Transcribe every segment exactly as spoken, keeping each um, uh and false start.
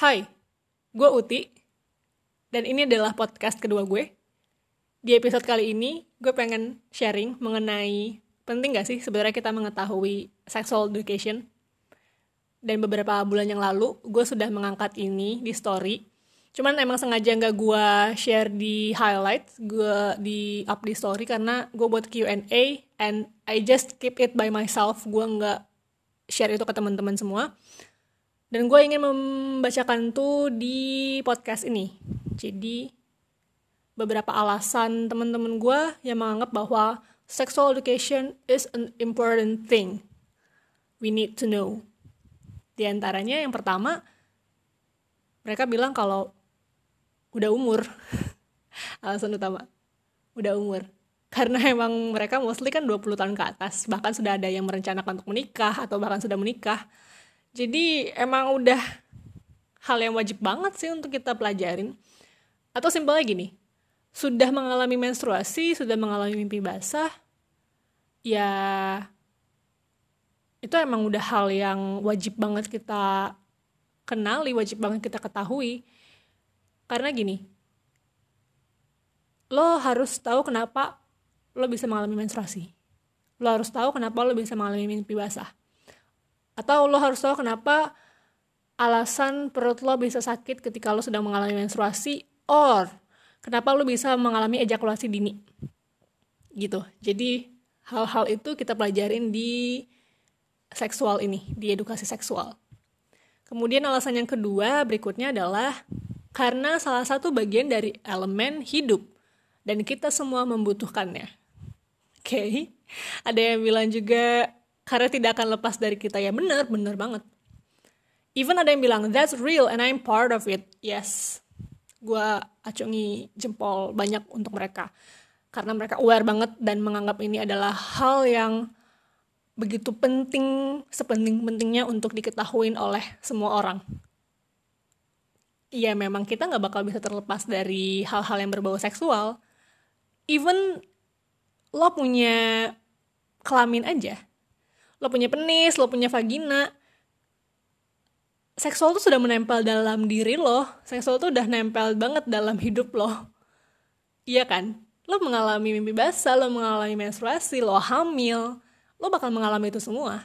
Hai, gue Uti, dan ini adalah podcast kedua gue. Di episode kali ini, gue pengen sharing mengenai penting gak sih sebenarnya kita mengetahui sexual education. Dan beberapa bulan yang lalu, gue sudah mengangkat ini di story. Cuman emang sengaja gak gue share di highlight, gue di up di story karena gue buat Q and A, and I just keep it by myself. Gue gak share itu ke teman-teman semua. Dan gue ingin membacakan tuh di podcast ini. Jadi beberapa alasan teman-teman gue yang menganggap bahwa sexual education is an important thing. We need to know. Di antaranya yang pertama, mereka bilang kalau udah umur. Alasan utama, udah umur. Karena emang mereka mostly kan dua puluh tahun ke atas. Bahkan sudah ada yang merencanakan untuk menikah atau bahkan sudah menikah. Jadi emang udah hal yang wajib banget sih untuk kita pelajarin. Atau simpelnya gini, sudah mengalami menstruasi, sudah mengalami mimpi basah, ya itu emang udah hal yang wajib banget kita kenali, wajib banget kita ketahui. Karena gini, lo harus tahu kenapa lo bisa mengalami menstruasi. Lo harus tahu kenapa lo bisa mengalami mimpi basah. Atau lo harus tahu kenapa alasan perut lo bisa sakit ketika lo sedang mengalami menstruasi, or kenapa lo bisa mengalami ejakulasi dini. Gitu. Jadi hal-hal itu kita pelajarin di seksual ini, di edukasi seksual. Kemudian alasan yang kedua berikutnya adalah karena salah satu bagian dari elemen hidup dan kita semua membutuhkannya. Oke. Okay. Ada yang bilang juga karena tidak akan lepas dari kita. Ya benar, benar banget. Even ada yang bilang, that's real and I'm part of it. Yes, gue acungi jempol banyak untuk mereka. Karena mereka aware banget dan menganggap ini adalah hal yang begitu penting, sepenting-pentingnya untuk diketahui oleh semua orang. Iya, memang kita gak bakal bisa terlepas dari hal-hal yang berbau seksual. Even lo punya kelamin aja. Lo punya penis, lo punya vagina. Seksual tuh sudah menempel dalam diri lo. Seksual tuh udah nempel banget dalam hidup lo. Iya kan? Lo mengalami mimpi basah, lo mengalami menstruasi, lo hamil. Lo bakal mengalami itu semua.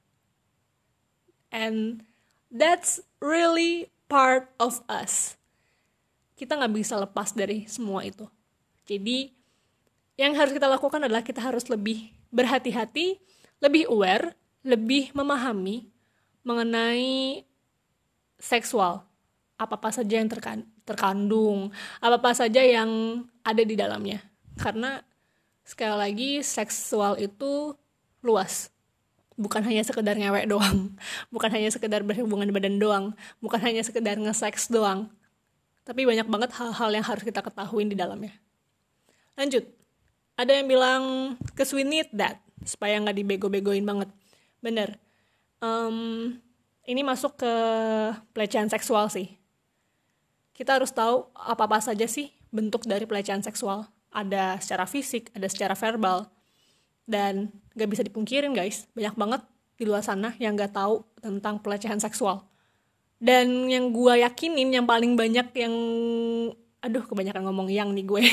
And that's really part of us. Kita gak bisa lepas dari semua itu. Jadi, yang harus kita lakukan adalah kita harus lebih berhati-hati, lebih aware, lebih memahami mengenai seksual. Apa-apa saja yang terkan- terkandung, apa-apa saja yang ada di dalamnya. Karena sekali lagi seksual itu luas. Bukan hanya sekedar ngewek doang. Bukan hanya sekedar berhubungan badan doang. Bukan hanya sekedar nge-seks doang. Tapi banyak banget hal-hal yang harus kita ketahui di dalamnya. Lanjut. Ada yang bilang, cause we need that. Supaya gak dibego-begoin banget. Bener. Um, ini masuk ke pelecehan seksual sih. Kita harus tahu apa-apa saja sih bentuk dari pelecehan seksual. Ada secara fisik, ada secara verbal. Dan gak bisa dipungkirin guys, banyak banget di luar sana yang gak tahu tentang pelecehan seksual. Dan yang gue yakinin, yang paling banyak yang... Aduh, kebanyakan ngomong yang nih gue.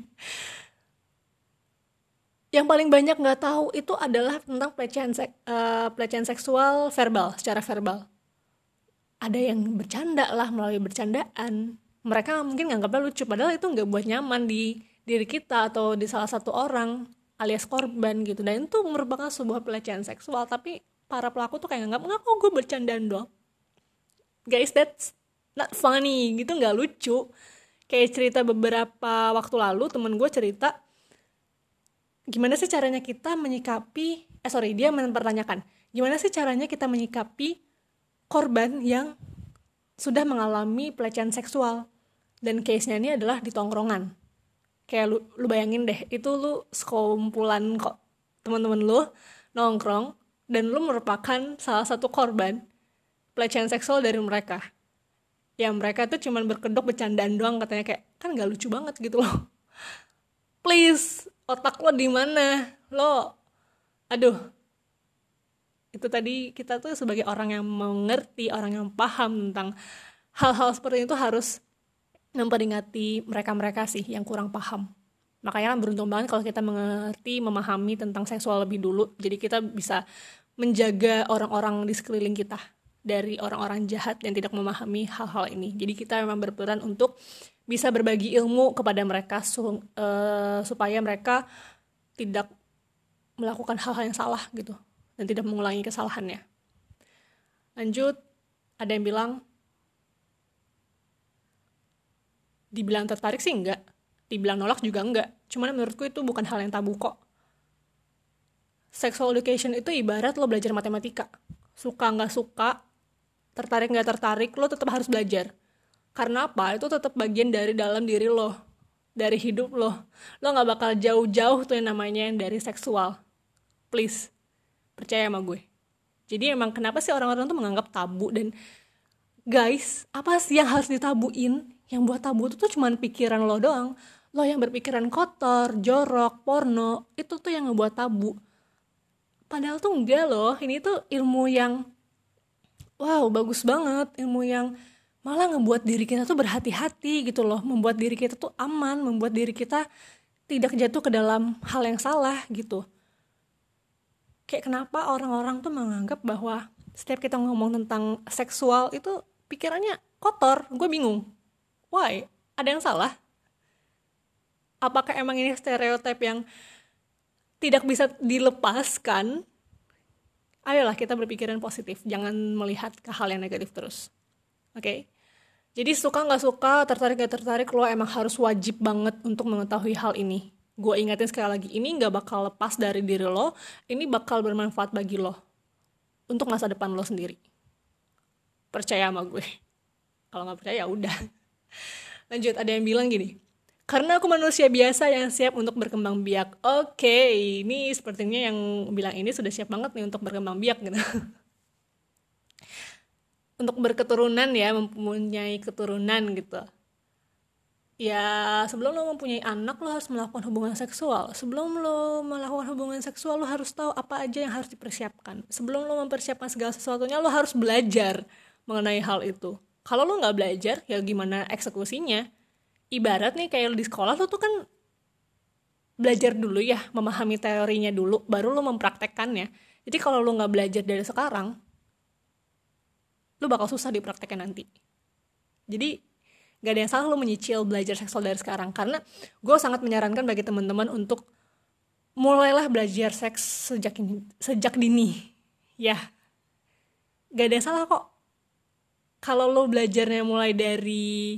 Yang paling banyak gak tahu itu adalah tentang pelecehan, sek, uh, pelecehan seksual verbal, secara verbal. Ada yang bercanda lah melalui bercandaan. Mereka mungkin nganggapnya lucu, padahal itu gak buat nyaman di diri kita atau di salah satu orang alias korban gitu. Dan itu merupakan sebuah pelecehan seksual, tapi para pelaku tuh kayak nganggap, enggak kok gue bercandaan doang. Guys, that's not funny gitu, gak lucu. Kayak cerita beberapa waktu lalu, temen gue cerita, gimana sih caranya kita menyikapi, eh sorry, dia mempertanyakan, gimana sih caranya kita menyikapi korban yang sudah mengalami pelecehan seksual. Dan case-nya ini adalah di tongkrongan. Kayak lu, lu bayangin deh, itu lu sekumpulan kok teman-teman lu nongkrong, dan lu merupakan salah satu korban pelecehan seksual dari mereka. Ya mereka tuh cuman berkedok bercandaan doang, katanya kayak, kan gak lucu banget gitu loh. Please, otak lo di mana? Lo, aduh. Itu tadi kita tuh sebagai orang yang mengerti, orang yang paham tentang hal-hal seperti itu harus memperingati mereka-mereka sih yang kurang paham. Makanya kan beruntung banget kalau kita mengerti, memahami tentang seksual lebih dulu. Jadi kita bisa menjaga orang-orang di sekeliling kita dari orang-orang jahat yang tidak memahami hal-hal ini. Jadi kita memang berperan untuk bisa berbagi ilmu kepada mereka su- uh, supaya mereka tidak melakukan hal-hal yang salah gitu dan tidak mengulangi kesalahannya. Lanjut, ada yang bilang dibilang tertarik sih enggak, dibilang nolak juga enggak. Cuman menurutku itu bukan hal yang tabu kok. Sexual education itu ibarat lo belajar matematika. Suka nggak suka, tertarik nggak tertarik, lo tetap harus belajar. Karena apa? Itu tetap bagian dari dalam diri lo, dari hidup lo. Lo nggak bakal jauh-jauh tuh yang namanya dari seksual. Please, percaya sama gue. Jadi emang kenapa sih orang-orang tuh menganggap tabu? Dan guys, apa sih yang harus ditabuin? Yang buat tabu itu tuh cuma pikiran lo doang. Lo yang berpikiran kotor, jorok, porno, itu tuh yang ngebuat tabu. Padahal tuh enggak loh, ini tuh ilmu yang wow, bagus banget. Ilmu yang malah ngebuat diri kita tuh berhati-hati gitu loh. Membuat diri kita tuh aman, membuat diri kita tidak jatuh ke dalam hal yang salah gitu. Kayak kenapa orang-orang tuh menganggap bahwa setiap kita ngomong tentang seksual itu pikirannya kotor. Gue bingung. Why? Ada yang salah? Apakah emang ini stereotip yang tidak bisa dilepaskan? Ayolah kita berpikiran positif, jangan melihat ke hal yang negatif terus. Oke? Okay? Jadi suka gak suka, tertarik gak tertarik, lo emang harus wajib banget untuk mengetahui hal ini. Gue ingetin sekali lagi, ini gak bakal lepas dari diri lo, ini bakal bermanfaat bagi lo. Untuk masa depan lo sendiri. Percaya sama gue. Kalau gak percaya, udah. Lanjut, ada yang bilang gini, karena aku manusia biasa yang siap untuk berkembang biak. Oke, okay, ini sepertinya yang bilang ini sudah siap banget nih untuk berkembang biak gitu. Untuk berketurunan ya, mempunyai keturunan gitu. Ya, sebelum lo mempunyai anak, lo harus melakukan hubungan seksual. Sebelum lo melakukan hubungan seksual, lo harus tahu apa aja yang harus dipersiapkan. Sebelum lo mempersiapkan segala sesuatunya, lo harus belajar mengenai hal itu. Kalau lo nggak belajar, ya gimana eksekusinya? Ibarat nih kayak lo di sekolah, lo tuh kan belajar dulu ya, memahami teorinya dulu, baru lo mempraktekkannya. Jadi kalau lo nggak belajar dari sekarang, lo bakal susah dipraktekkan nanti. Jadi gak ada yang salah lo menyicil belajar seksual dari sekarang. Karena gue sangat menyarankan bagi teman-teman untuk mulailah belajar seks sejak ini, sejak dini. Ya, gak ada yang salah kok. Kalau lo belajarnya mulai dari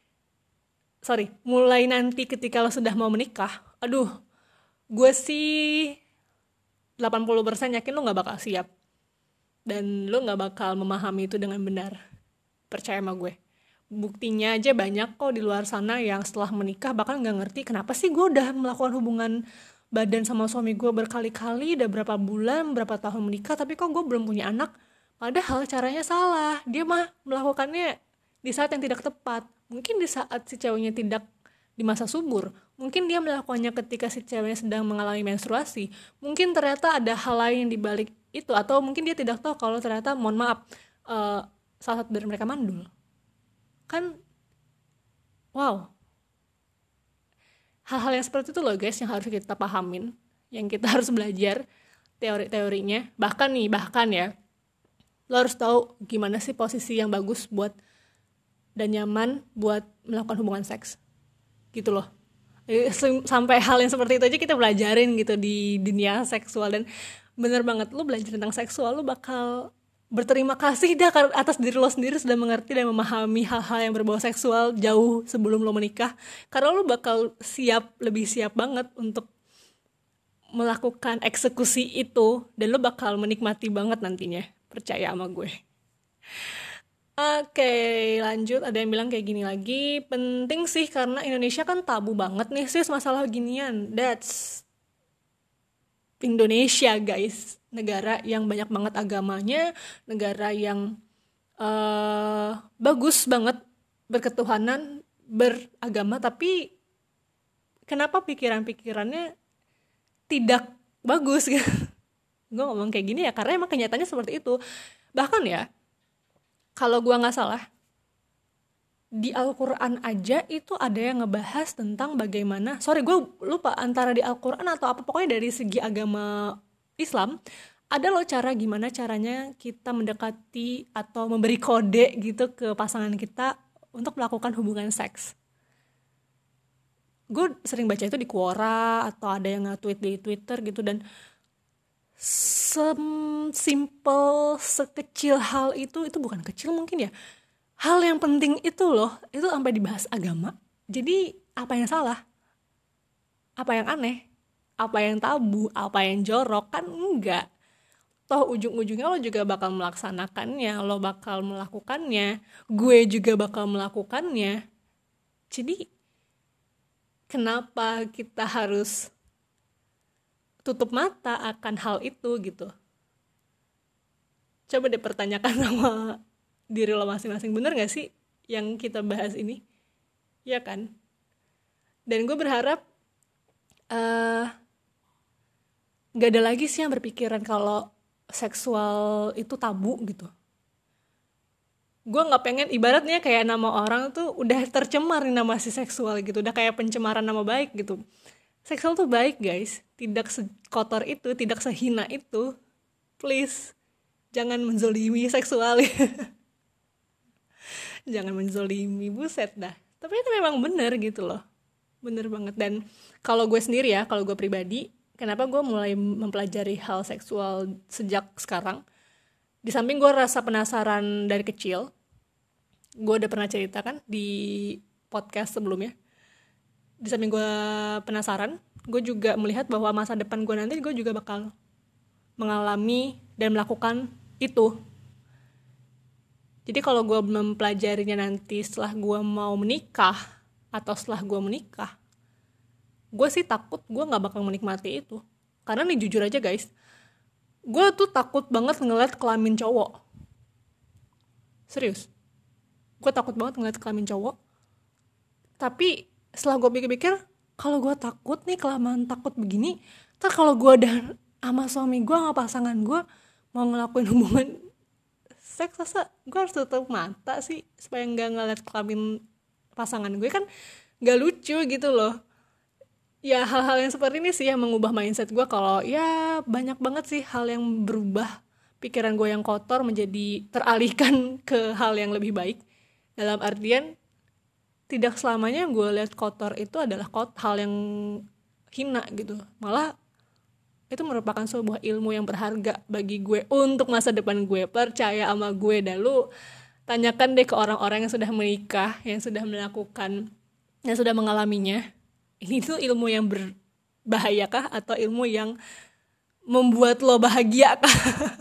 sorry, mulai nanti ketika lo sudah mau menikah, aduh, gue sih delapan puluh persen yakin lo gak bakal siap. Dan lo gak bakal memahami itu dengan benar. Percaya sama gue. Buktinya aja banyak kok di luar sana yang setelah menikah bahkan gak ngerti kenapa sih gue udah melakukan hubungan badan sama suami gue berkali-kali, udah berapa bulan, berapa tahun menikah, tapi kok gue belum punya anak. Padahal caranya salah. Dia mah melakukannya di saat yang tidak tepat. Mungkin di saat si ceweknya tidak di masa subur. Mungkin dia melakukannya ketika si ceweknya sedang mengalami menstruasi. Mungkin ternyata ada hal lain di balik itu. Atau mungkin dia tidak tahu kalau ternyata, mohon maaf, uh, salah satu dari mereka mandul. Kan, wow. Hal-hal yang seperti itu loh guys yang harus kita pahamin. Yang kita harus belajar teori-teorinya. Bahkan nih, bahkan ya. Lo harus tahu gimana sih posisi yang bagus buat dan nyaman buat melakukan hubungan seks gitu loh. Sampai hal yang seperti itu aja kita belajarin gitu di dunia seksual. Dan bener banget, lo belajar tentang seksual, lo bakal berterima kasih dah atas diri lo sendiri sudah mengerti dan memahami hal-hal yang berbau seksual jauh sebelum lo menikah. Karena lo bakal siap, lebih siap banget untuk melakukan eksekusi itu. Dan lo bakal menikmati banget nantinya. Percaya sama gue. Oke, lanjut. Ada yang bilang kayak gini lagi. Penting sih karena Indonesia kan tabu banget nih sis masalah ginian. That's Indonesia guys. Negara yang banyak banget agamanya. Negara yang uh, bagus banget berketuhanan, beragama. Tapi kenapa pikiran-pikirannya tidak bagus gitu. Gue ngomong kayak gini ya karena emang kenyataannya seperti itu. Bahkan ya, kalau gue gak salah, di Al-Quran aja itu ada yang ngebahas tentang bagaimana, sorry gue lupa antara di Al-Quran atau apa, pokoknya dari segi agama Islam ada loh cara gimana caranya kita mendekati atau memberi kode gitu ke pasangan kita untuk melakukan hubungan seks. Gue sering baca itu di Quora atau ada yang nge-tweet di Twitter gitu, dan simple sekecil hal itu, itu bukan kecil mungkin ya, hal yang penting itu loh, itu sampai dibahas agama. Jadi apa yang salah? Apa yang aneh? Apa yang tabu? Apa yang jorok? Kan enggak. Toh ujung-ujungnya lo juga bakal melaksanakannya, lo bakal melakukannya, gue juga bakal melakukannya. Jadi kenapa kita harus tutup mata akan hal itu gitu? Coba deh pertanyakan sama diri lo masing-masing, bener gak sih yang kita bahas ini? Ya kan? Dan gue berharap uh, gak ada lagi sih yang berpikiran kalau seksual itu tabu gitu. Gue gak pengen, ibaratnya kayak nama orang tuh udah tercemar nih nama si seksual gitu, udah kayak pencemaran nama baik gitu. Seksual tuh baik guys, tidak sekotor itu, tidak sehina itu. Please, jangan menzolimi seksual ya. Jangan menzolimi, buset dah. Tapi itu memang bener gitu loh, bener banget. Dan kalau gue sendiri ya, kalau gue pribadi, kenapa gue mulai mempelajari hal seksual sejak sekarang? Di samping gue rasa penasaran dari kecil, gue udah pernah cerita kan di podcast sebelumnya. Di samping gue penasaran, gue juga melihat bahwa masa depan gue nanti gue juga bakal mengalami dan melakukan itu. Jadi kalau gue mempelajarinya nanti setelah gue mau menikah atau setelah gue menikah, gue sih takut gue gak bakal menikmati itu. Karena nih jujur aja guys, gue tuh takut banget ngeliat kelamin cowok. Serius, gue takut banget ngeliat kelamin cowok. Tapi setelah gue pikir-pikir, kalau gue takut nih kelamaan takut begini, ntar kalau gue udah sama suami gue, sama pasangan gue mau ngelakuin hubungan seks, masa gue harus tutup mata sih supaya nggak ngeliat kelamin pasangan gue? Kan nggak lucu gitu loh. Ya hal-hal yang seperti ini sih yang mengubah mindset gue. Kalau ya banyak banget sih hal yang berubah, pikiran gue yang kotor menjadi teralihkan ke hal yang lebih baik. Dalam artian tidak selamanya gue lihat kotor itu adalah kot hal yang hina gitu. Malah itu merupakan sebuah ilmu yang berharga bagi gue untuk masa depan gue. Percaya sama gue. Dan lu tanyakan deh ke orang-orang yang sudah menikah, yang sudah melakukan, yang sudah mengalaminya. Ini tuh ilmu yang berbahaya kah atau ilmu yang membuat lo bahagia kah?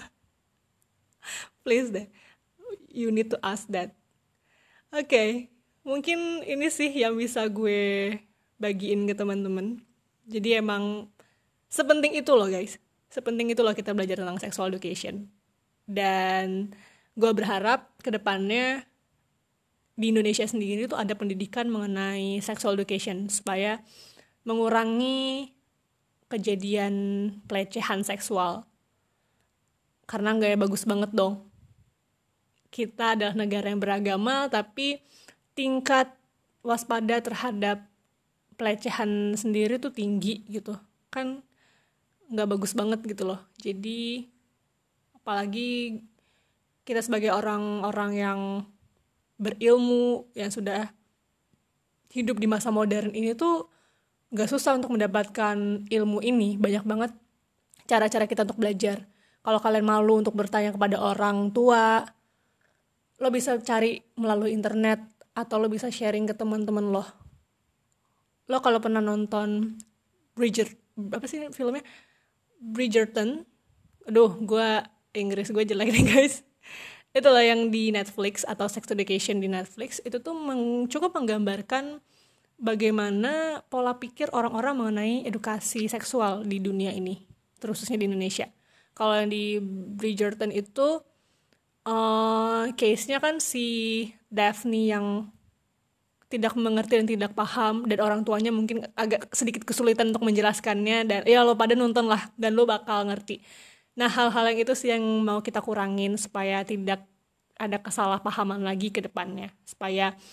Please deh, you need to ask that. Oke, okay, mungkin ini sih yang bisa gue bagiin ke teman-teman. Jadi emang sepenting itu loh guys, sepenting itu loh kita belajar tentang sexual education. Dan gue berharap kedepannya di Indonesia sendiri tuh ada pendidikan mengenai sexual education supaya mengurangi kejadian pelecehan seksual. Karena gak ya bagus banget dong. Kita adalah negara yang beragama, tapi tingkat waspada terhadap pelecehan sendiri tuh tinggi gitu. Kan gak bagus banget gitu loh. Jadi apalagi kita sebagai orang-orang yang berilmu, yang sudah hidup di masa modern ini tuh gak susah untuk mendapatkan ilmu ini. Banyak banget cara-cara kita untuk belajar. Kalau kalian malu untuk bertanya kepada orang tua, lo bisa cari melalui internet atau lo bisa sharing ke teman-teman lo. Lo kalau pernah nonton Bridger, apa sih filmnya? Bridgerton. Aduh, gue Inggris gue jelek nih guys. Itu loh yang di Netflix atau Sex Education di Netflix. Itu tuh meng, cukup menggambarkan bagaimana pola pikir orang-orang mengenai edukasi seksual di dunia ini, terusnya di Indonesia. Kalau yang di Bridgerton itu uh, case-nya kan si Daphne yang tidak mengerti dan tidak paham, dan orang tuanya mungkin agak sedikit kesulitan untuk menjelaskannya, dan ya lo pada nonton lah dan lo bakal ngerti. Nah hal-hal yang itu sih yang mau kita kurangin supaya tidak ada kesalahpahaman lagi ke depannya, supaya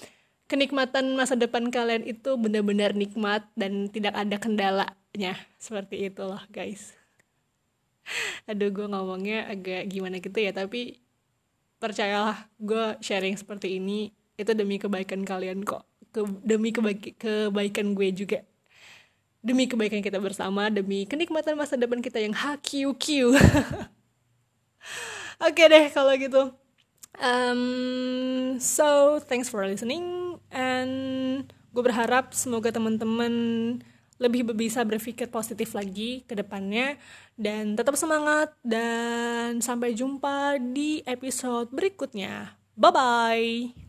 kenikmatan masa depan kalian itu benar-benar nikmat dan tidak ada kendalanya. Seperti itulah guys. Aduh, gue ngomongnya agak gimana gitu ya, tapi percayalah, gue sharing seperti ini itu demi kebaikan kalian kok. Ke, demi kebaik, kebaikan gue juga. Demi kebaikan kita bersama, demi kenikmatan masa depan kita yang H Q Q. Oke deh kalau gitu. Um, so, thanks for listening. And gue berharap semoga teman-teman lebih bisa berpikir positif lagi ke depannya. Dan tetap semangat. Dan sampai jumpa di episode berikutnya. Bye-bye.